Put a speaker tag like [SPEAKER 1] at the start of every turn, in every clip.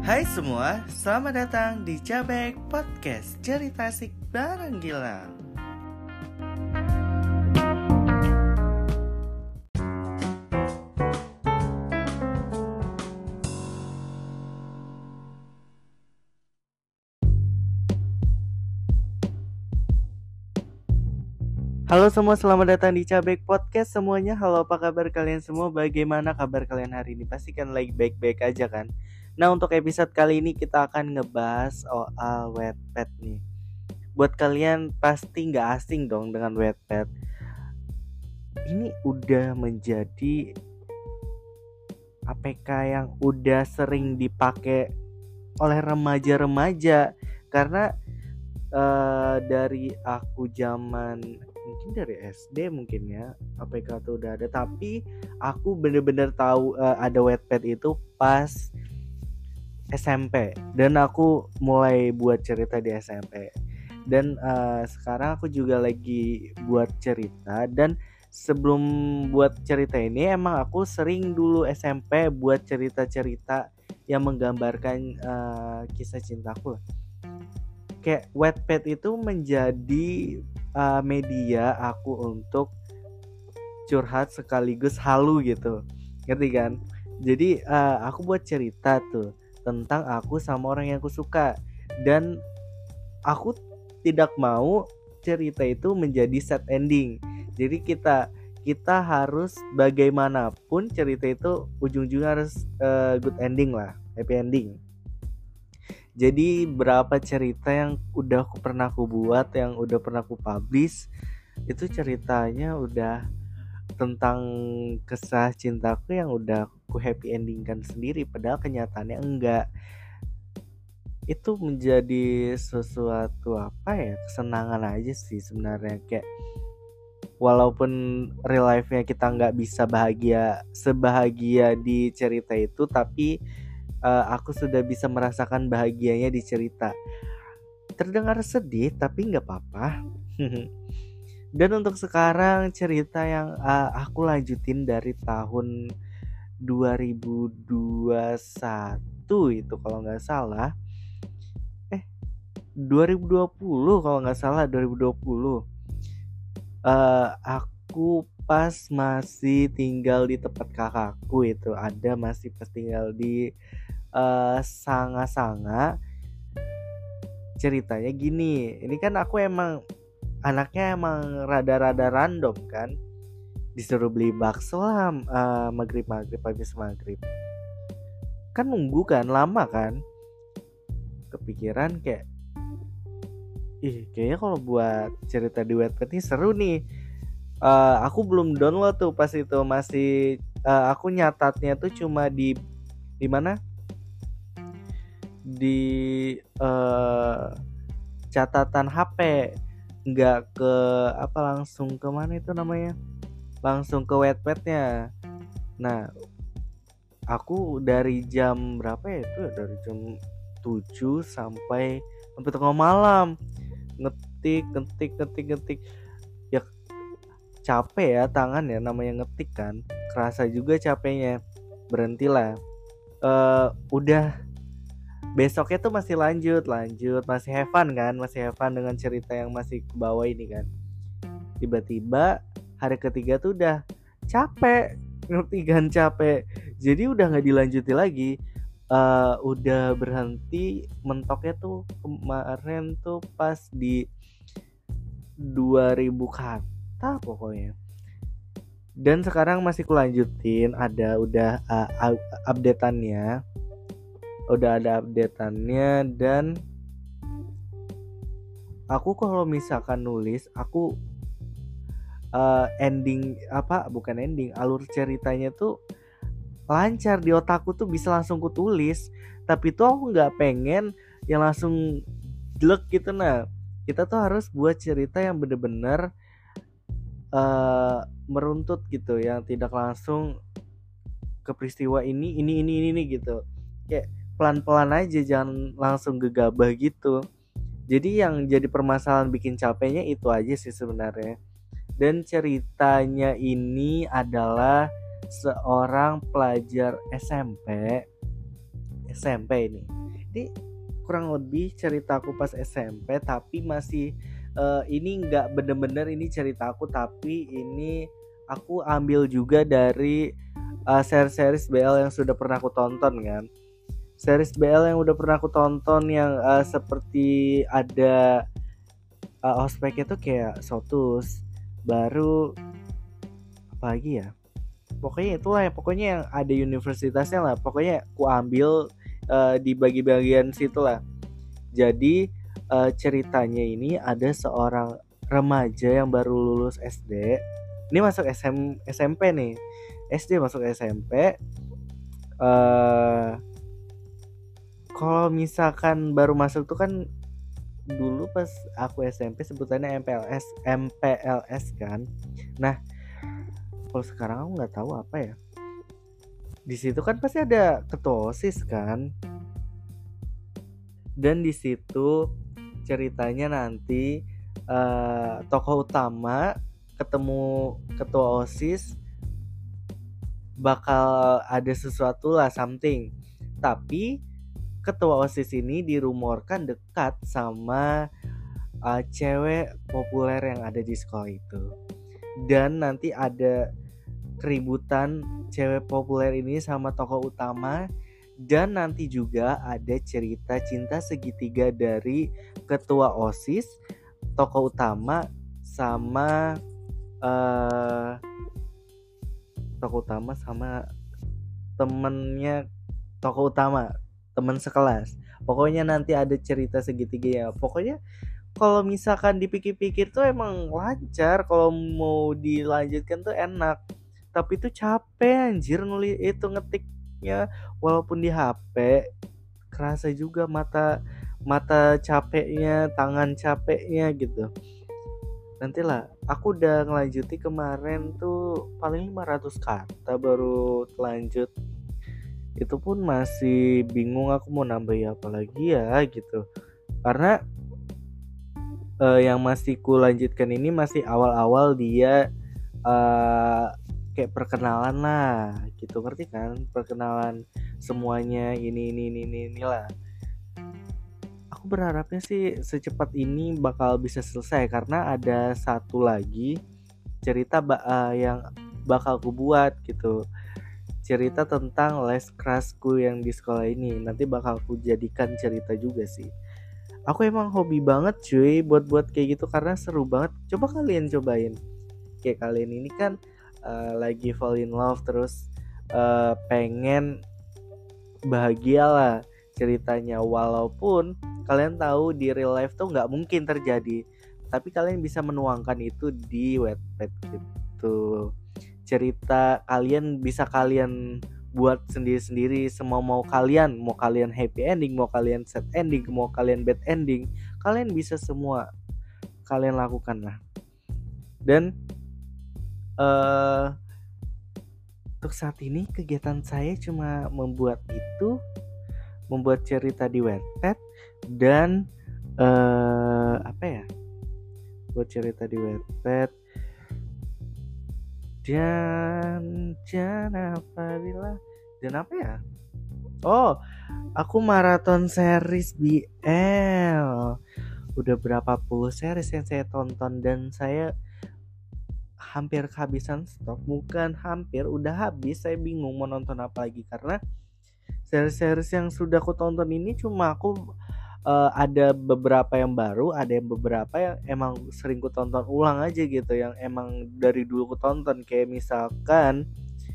[SPEAKER 1] Hai semua, selamat datang di Cabek Podcast Cerita Asik bareng Gilang. Halo semua, selamat datang di Cabek Podcast semuanya. Halo, apa kabar kalian semua? Bagaimana kabar kalian hari ini? Pastikan lagi baik-baik aja kan? Nah, untuk episode kali ini kita akan ngebahas soal Wattpad nih. Buat kalian pasti gak asing dong dengan Wattpad. Ini udah menjadi APK yang udah sering dipakai oleh remaja-remaja. Karena dari aku zaman mungkin dari SD mungkin ya APK tuh udah ada, tapi aku bener-bener tahu ada Wattpad itu pas SMP dan aku mulai buat cerita di SMP. Dan sekarang aku juga lagi buat cerita, dan sebelum buat cerita ini emang aku sering dulu SMP buat cerita-cerita yang menggambarkan kisah cintaku. Kayak Wattpad itu menjadi media aku untuk curhat sekaligus halu gitu, ngerti kan? Jadi aku buat cerita tuh tentang aku sama orang yang aku suka, dan aku tidak mau cerita itu menjadi sad ending. Jadi kita harus bagaimanapun cerita itu ujung-ujungnya harus good ending lah, happy ending. Jadi berapa cerita yang udah pernah aku buat, yang udah pernah aku publish, itu ceritanya udah tentang kisah cintaku yang udah aku happy endingkan sendiri, padahal kenyataannya enggak. Itu menjadi sesuatu kesenangan aja sih sebenarnya. Kayak walaupun real life-nya kita nggak bisa sebahagia di cerita itu, tapi aku sudah bisa merasakan bahagianya di cerita. Terdengar sedih tapi nggak apa-apa. Dan untuk sekarang cerita yang aku lanjutin dari tahun 2021 itu kalau nggak salah, 2020 kalau nggak salah, 2020. Aku pas masih tinggal di tempat kakakku, itu masih pas tinggal di Sanga-Sanga. Ceritanya gini, ini kan aku emang anaknya emang rada-rada random kan, disuruh beli bakso lah maghrib habis maghrib kan, nunggu kan lama kan, kepikiran kayak kayaknya kalau buat cerita di Wattpad ini seru nih. Aku belum download tuh pas itu, masih aku nyatatnya tuh cuma di mana, di catatan HP, nggak ke langsung ke mana itu namanya, langsung ke Wattpadnya. Nah, aku dari jam berapa ya itu, dari jam 7 sampai tengah malam ngetik ya, capek ya tangan ya, namanya ngetik kan, kerasa juga capeknya, berhentilah. Udah besoknya tuh masih lanjut, masih have fun dengan cerita yang masih ke bawah ini kan. Tiba-tiba hari ketiga tuh udah capek, ngerti kan, capek, jadi udah nggak dilanjuti lagi. Udah berhenti mentoknya tuh kemarin tuh pas di 2000 kata pokoknya. Dan sekarang masih kulanjutin, udah updateannya, dan aku kalau misalkan nulis, aku alur ceritanya tuh lancar di otakku tuh, bisa langsung kutulis. Tapi tuh aku nggak pengen yang langsung jelek gitu. Nah, kita tuh harus buat cerita yang bener-bener meruntut gitu, yang tidak langsung ke peristiwa ini gitu. Kayak pelan-pelan aja, jangan langsung gegabah gitu. Jadi yang jadi permasalahan bikin capeknya itu aja sih sebenarnya. Dan ceritanya ini adalah seorang pelajar SMP SMP ini. Ini kurang lebih ceritaku pas SMP, tapi masih ini nggak bener-bener ini ceritaku, tapi ini aku ambil juga dari series BL yang sudah pernah aku tonton kan. Series BL yang udah pernah aku tonton yang seperti ada ospeknya tuh kayak Sotus, baru apa lagi ya? Pokoknya itulah ya, pokoknya yang ada universitasnya lah. Pokoknya aku ambil di bagian situ lah. Jadi ceritanya ini ada seorang remaja yang baru lulus SD. Ini masuk SMP nih. SD masuk SMP. Kalau misalkan baru masuk tuh kan dulu pas aku SMP sebutannya MPLS kan. Nah, kalau sekarang aku nggak tahu apa ya. Di situ kan pasti ada ketua OSIS kan. Dan di situ ceritanya nanti tokoh utama ketemu ketua OSIS, bakal ada sesuatu lah, something. Tapi ketua OSIS ini dirumorkan dekat sama cewek populer yang ada di sekolah itu. Dan nanti ada keributan cewek populer ini sama tokoh utama. Dan nanti juga ada cerita cinta segitiga dari ketua OSIS, tokoh utama, sama temennya tokoh utama, teman sekelas. Pokoknya nanti ada cerita segitiga ya. Pokoknya kalau misalkan dipikir-pikir tuh emang lancar, kalau mau dilanjutkan tuh enak. Tapi tuh capek anjir nulis itu, ngetiknya walaupun di HP kerasa juga mata capeknya, tangan capeknya gitu. Nantilah, aku udah ngelanjuti kemarin tuh paling 500 kata baru lanjut. Itu pun masih bingung aku mau nambahin apa lagi ya gitu. Karena yang masih ku lanjutkan ini masih awal-awal dia kayak perkenalan lah gitu, ngerti kan, perkenalan semuanya ini lah. Aku berharapnya sih secepat ini bakal bisa selesai, karena ada satu lagi cerita yang bakal ku buat gitu, cerita tentang les kerasku yang di sekolah ini. Nanti bakal ku jadikan cerita juga sih. Aku emang hobi banget cuy buat kayak gitu karena seru banget. Coba kalian cobain. Kayak kalian ini kan lagi fall in love, terus pengen bahagia lah ceritanya. Walaupun kalian tahu di real life tuh nggak mungkin terjadi, tapi kalian bisa menuangkan itu di Wattpad gitu. Cerita kalian bisa kalian buat sendiri-sendiri semau kalian. Mau kalian happy ending, mau kalian sad ending, mau kalian bad ending, kalian bisa semua kalian lakukan lah. Dan untuk saat ini kegiatan saya cuma membuat cerita di Wattpad dan buat cerita di Wattpad dan apa ya? Oh, aku maraton series BL. Udah berapa puluh series yang saya tonton dan saya hampir kehabisan stok. Bukan hampir, udah habis. Saya bingung mau nonton apa lagi karena series-series yang sudah aku tonton ini cuma aku ada beberapa yang baru, ada yang beberapa yang emang sering ku tonton ulang aja gitu, yang emang dari dulu ku tonton. Kayak misalkan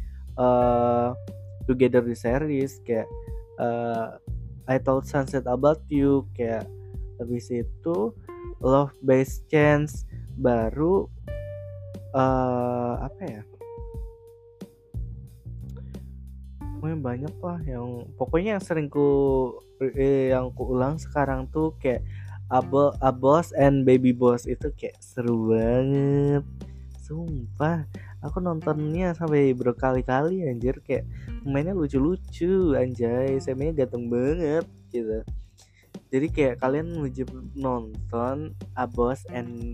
[SPEAKER 1] Together the series, kayak I Thought Sunset About You, kayak habis itu Love Based Chance, baru banyak lah yang pokoknya yang sering yang ku ulang sekarang tuh kayak A Boss and Baby Boss. Itu kayak seru banget sumpah, aku nontonnya sampai berkali-kali anjir, kayak mainnya lucu-lucu anjay, saya mainnya ganteng banget gitu. Jadi kayak kalian wajib nonton A Boss and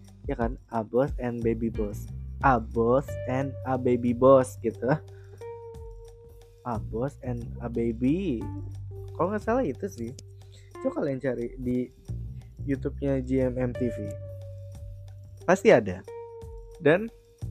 [SPEAKER 1] Baby Boss, A Boss and a Baby Boss gitu, A Boss and a Baby Kalau nggak salah itu sih. Coba kalian cari di YouTube-nya GMM TV. Pasti ada. Dan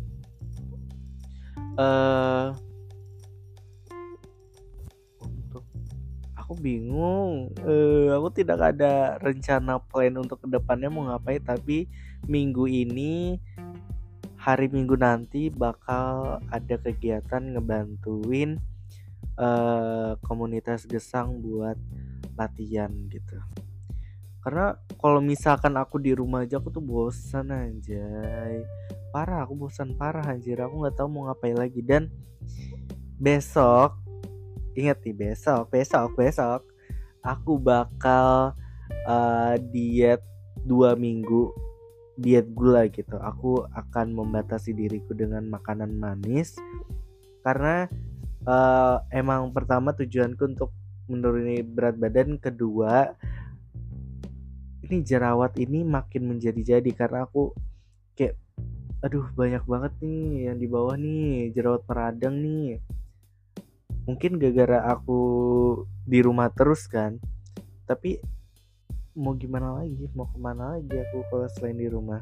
[SPEAKER 1] untuk aku bingung. Aku tidak ada rencana plan untuk kedepannya mau ngapain. Tapi minggu ini, hari Minggu nanti bakal ada kegiatan ngebantuin komunitas gesang buat latihan gitu. Karena kalau misalkan aku di rumah aja aku tuh bosan anjay. Parah, aku bosan parah anjir. Aku nggak tahu mau ngapain lagi. Dan besok, ingat nih, besok aku bakal diet 2 minggu, diet gula gitu. Aku akan membatasi diriku dengan makanan manis karena emang pertama tujuanku untuk menuruni berat badan, kedua ini jerawat ini makin menjadi-jadi karena aku kayak aduh banyak banget nih yang di bawah nih, jerawat peradang nih. Mungkin gara-gara aku di rumah terus kan. Tapi mau gimana lagi, mau kemana lagi aku kalau selain di rumah.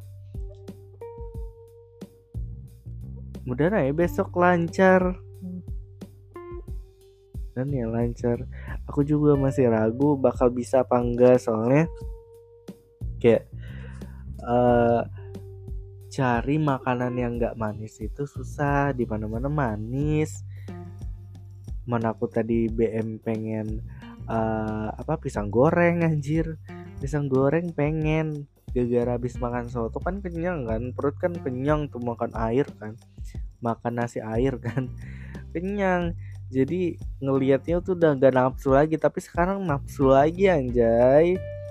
[SPEAKER 1] Mudah-mudahan ya besok lancar. Dan ya lancar. Aku juga masih ragu bakal bisa apa enggak, soalnya kayak cari makanan yang nggak manis itu susah, di mana-mana manis. Mana aku tadi BM pengen pisang goreng anjir, pisang goreng pengen gara-gara habis makan soto kan kenyang kan, perut kan kenyang tuh, makan air kan, makan nasi air kan kenyang. Jadi ngelihatnya tuh udah gak nafsu lagi, tapi sekarang nafsu lagi anjay.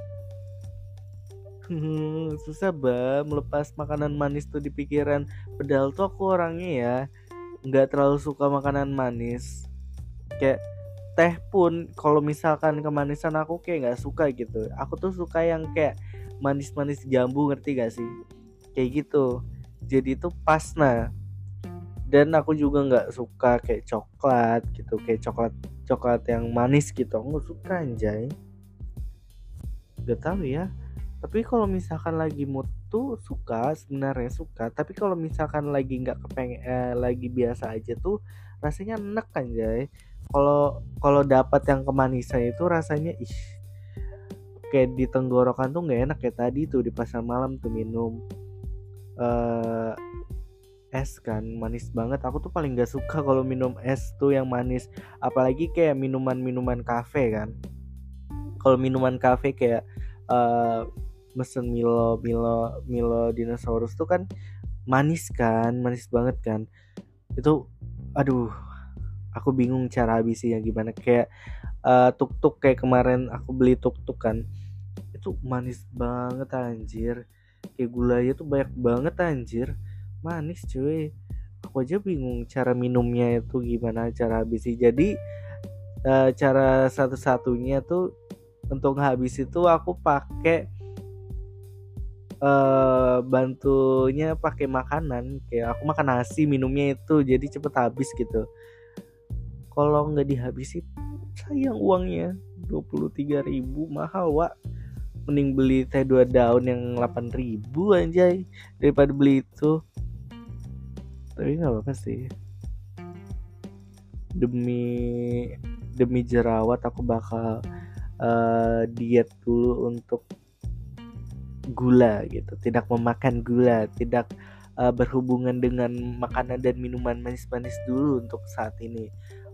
[SPEAKER 1] Susah banget melepas makanan manis tuh di pikiran. Padahal tuh aku orangnya ya nggak terlalu suka makanan manis. Kayak teh pun kalau misalkan kemanisan aku kayak nggak suka gitu. Aku tuh suka yang kayak manis-manis jambu, ngerti gak sih? Kayak gitu. Jadi itu pas. Nah, dan aku juga nggak suka kayak coklat gitu, kayak coklat yang manis gitu. Aku nggak suka anjay. Gak tahu ya. Tapi kalau misalkan lagi mood tuh suka, sebenarnya suka. Tapi kalau misalkan lagi nggak kepengen, lagi biasa aja tuh rasanya enak anjay. Kalau dapat yang kemanisan itu rasanya kayak di tenggorokan tuh nggak enak. Kayak tadi tuh di pasar malam tuh minum es kan, manis banget. Aku tuh paling nggak suka kalau minum es tuh yang manis, apalagi kayak minuman kafe kan. Kalau minuman kafe kayak mesen Milo dinosaurus tuh kan manis kan, manis banget kan. Itu aduh, aku bingung cara habisinya gimana. Kayak tuk-tuk, kayak kemarin aku beli tuk-tuk kan, itu manis banget anjir. Kayak gulanya tuh banyak banget anjir, manis cuy. Aku aja bingung cara minumnya itu gimana, cara habisi. Jadi cara satu-satunya tuh untuk habis itu aku pakai bantunya pakai makanan. Kayak aku makan nasi, minumnya itu, jadi cepet habis gitu. Kalau nggak dihabisi sayang uangnya, 23.000 mahal wak. Mending beli teh 2 daun yang 8.000 anjay daripada beli itu. Tapi nggak apa-apa sih, demi jerawat aku bakal diet dulu untuk gula gitu, tidak memakan gula, tidak berhubungan dengan makanan dan minuman manis-manis dulu untuk saat ini.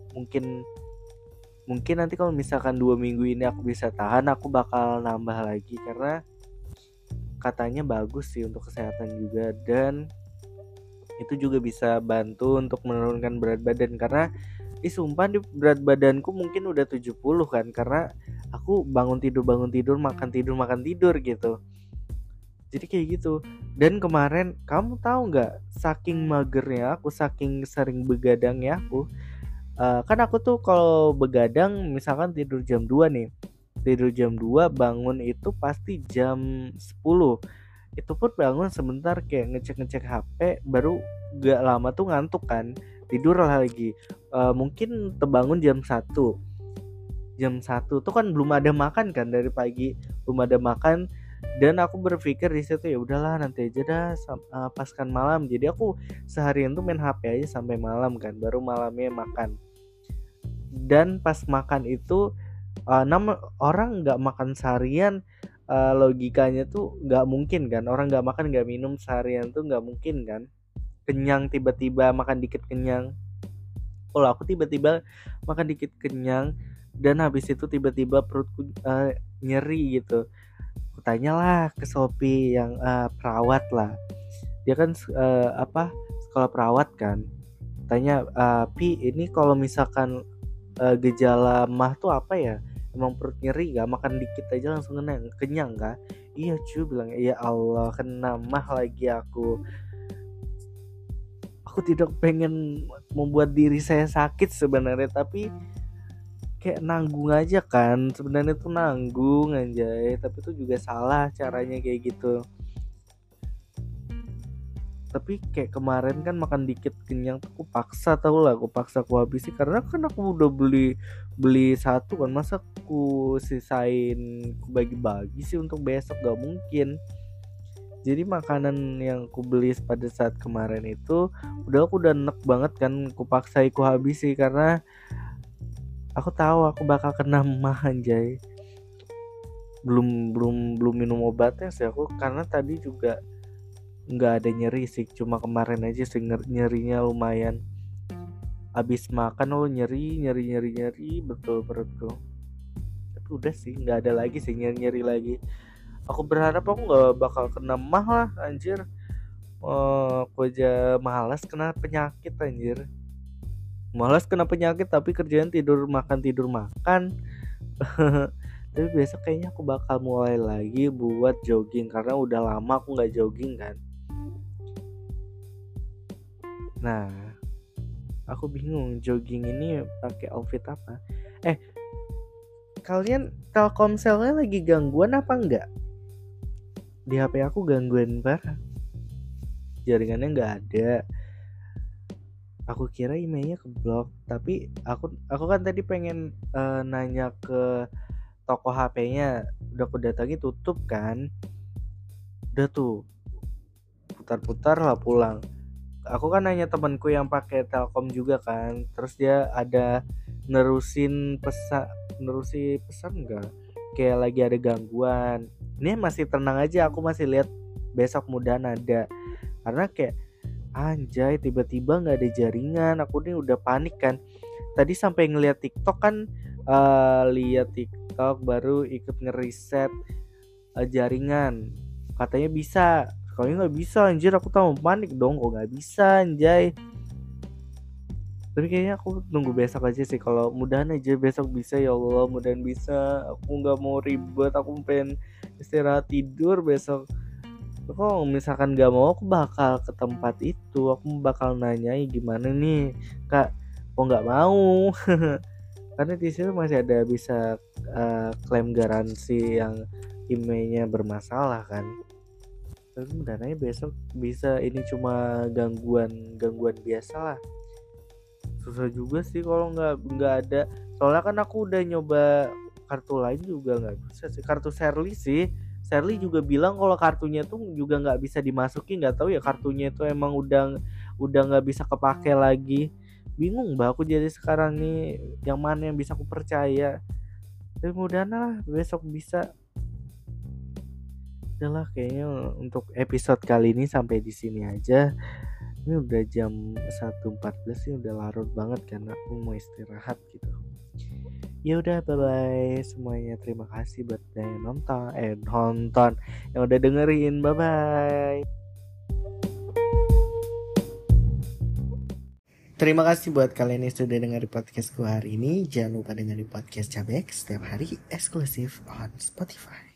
[SPEAKER 1] Mungkin nanti kalau misalkan 2 minggu ini aku bisa tahan, aku bakal nambah lagi karena katanya bagus sih untuk kesehatan juga, dan itu juga bisa bantu untuk menurunkan berat badan. Karena sumpah di berat badanku mungkin udah 70 kan, karena aku bangun tidur makan tidur gitu. Jadi kayak gitu. Dan kemarin kamu tahu nggak, saking magernya aku, saking sering begadangnya aku, kan aku tuh kalau begadang misalkan tidur jam 2 nih, tidur jam 2 bangun itu pasti jam 10. Itu pun bangun sebentar kayak ngecek HP, baru gak lama tuh ngantuk kan, tidur lagi. Mungkin terbangun jam 1. jam 1 tuh kan belum ada makan kan, dari pagi belum ada makan. Dan aku berpikir di situ ya udahlah nanti aja dah paskan malam. Jadi aku seharian tuh main HP aja sampai malam kan, baru malamnya makan. Dan pas makan itu orang nggak makan seharian, logikanya tuh nggak mungkin kan, orang nggak makan nggak minum seharian tuh nggak mungkin kan, kenyang tiba-tiba makan dikit kenyang. Kalau aku tiba-tiba makan dikit kenyang dan habis itu tiba-tiba perutku nyeri gitu. Aku tanyalah ke Shopee yang perawat lah, dia kan sekolah perawat kan. Tanya, Pi ini kalau misalkan gejala mah tuh apa ya, emang perut nyeri gak, makan dikit aja langsung kenyang gak? Iya cuy, bilang. Ya Allah, kena mah lagi aku tidak pengen membuat diri saya sakit sebenarnya, tapi kayak nanggung aja kan, sebenarnya tuh nanggung anjay, tapi itu juga salah caranya kayak gitu. Tapi kayak kemarin kan makan dikit kenyang tuh aku paksa, tau lah, aku paksa aku habisi karena kan aku udah beli satu kan, masa aku sisain aku bagi-bagi sih untuk besok, gak mungkin. Jadi makanan yang aku beli pada saat kemarin itu aku udah enek banget kan, aku paksa aku habisi karena aku tahu aku bakal kena mah anjay. Belum minum obatnya sih aku, karena tadi juga nggak ada nyeri sih, cuma kemarin aja sih nyerinya lumayan. Abis makan nyeri betul perutku. Tapi udah sih nggak ada lagi sih nyeri lagi. Aku berharap aku nggak bakal kena mah lah anjir. Aku aja malas kena penyakit anjir. Malas kena penyakit tapi kerjaan tidur makan. Tapi besok kayaknya aku bakal mulai lagi buat jogging karena udah lama aku nggak jogging kan. Nah, aku bingung jogging ini pakai outfit apa. Kalian Telkomselnya lagi gangguan apa enggak? Di HP aku gangguan parah, jaringannya nggak ada. Aku kira emailnya keblok, tapi aku kan tadi pengen nanya ke toko HP-nya, udah aku datangi tutup kan. Udah tuh putar-putar lah pulang. Aku kan nanya temanku yang pakai Telkom juga kan, terus dia ada nerusin pesan enggak, kayak lagi ada gangguan. Ini masih tenang aja, aku masih lihat besok mudahan ada, karena kayak anjay tiba-tiba nggak ada jaringan. Aku nih udah panik kan, tadi sampai ngeliat TikTok kan, lihat TikTok baru ikut ngeriset jaringan, katanya bisa. Kalau nggak bisa anjir, aku tahu panik dong, kok nggak bisa anjay. Tapi kayaknya aku nunggu besok aja sih, kalau mudahan aja besok bisa, ya Allah mudahan bisa. Aku nggak mau ribet, aku pengen istirahat tidur besok. Kok misalkan nggak mau, aku bakal ke tempat itu, aku bakal nanyai gimana nih kak, kok nggak mau. Karena di situ masih ada bisa klaim garansi yang emailnya bermasalah kan. Tapi mudahan besok bisa, ini cuma gangguan biasa lah. Susah juga sih kalau nggak ada, soalnya kan aku udah nyoba kartu lain juga nggak bisa sih. Kartu Sherly juga bilang kalau kartunya tuh juga nggak bisa dimasukin, nggak tahu ya kartunya itu emang udah nggak bisa kepake lagi. Bingung mbak aku jadi sekarang nih, yang mana yang bisa aku percaya. Tapi mudahan lah besok bisa. Udahlah kayaknya untuk episode kali ini sampai di sini aja. Ini udah jam 1.14 nih, udah larut banget karena aku mau istirahat gitu. Ya udah, bye bye semuanya. Terima kasih buat yang nonton yang udah dengerin. Bye bye. Terima kasih buat kalian yang sudah dengerin podcastku hari ini. Jangan lupa dengerin podcast Cabek setiap hari eksklusif on Spotify.